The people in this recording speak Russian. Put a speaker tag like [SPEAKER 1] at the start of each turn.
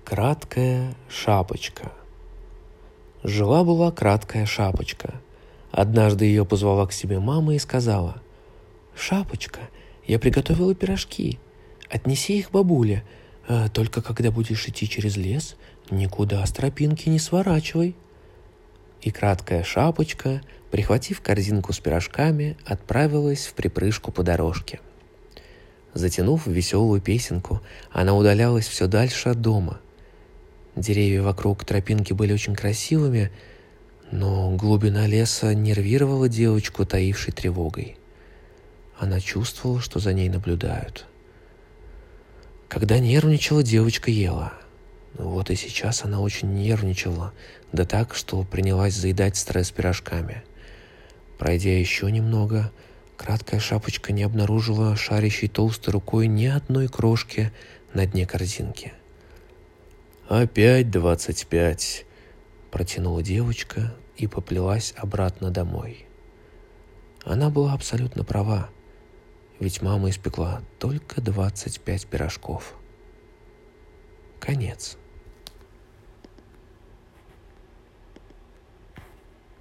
[SPEAKER 1] Краткая шапочка. Жила-была краткая шапочка. Однажды ее позвала к себе мама и сказала: «Шапочка, я приготовила пирожки. Отнеси их бабуле. Только когда будешь идти через лес, никуда с тропинки не сворачивай». И краткая шапочка, прихватив корзинку с пирожками, отправилась в припрыжку по дорожке. Затянув веселую песенку, она удалялась все дальше от дома. Деревья вокруг тропинки были очень красивыми, но глубина леса нервировала девочку, таившей тревогой. Она чувствовала, что за ней наблюдают. Когда нервничала, девочка ела. Вот и сейчас она очень нервничала, да так, что принялась заедать стресс пирожками. Пройдя еще немного, краткая шапочка не обнаружила шарящей толстой рукой ни одной крошки на дне корзинки. «Опять 25», — протянула девочка и поплелась обратно домой. Она была абсолютно права, ведь мама испекла только 25 пирожков. Конец.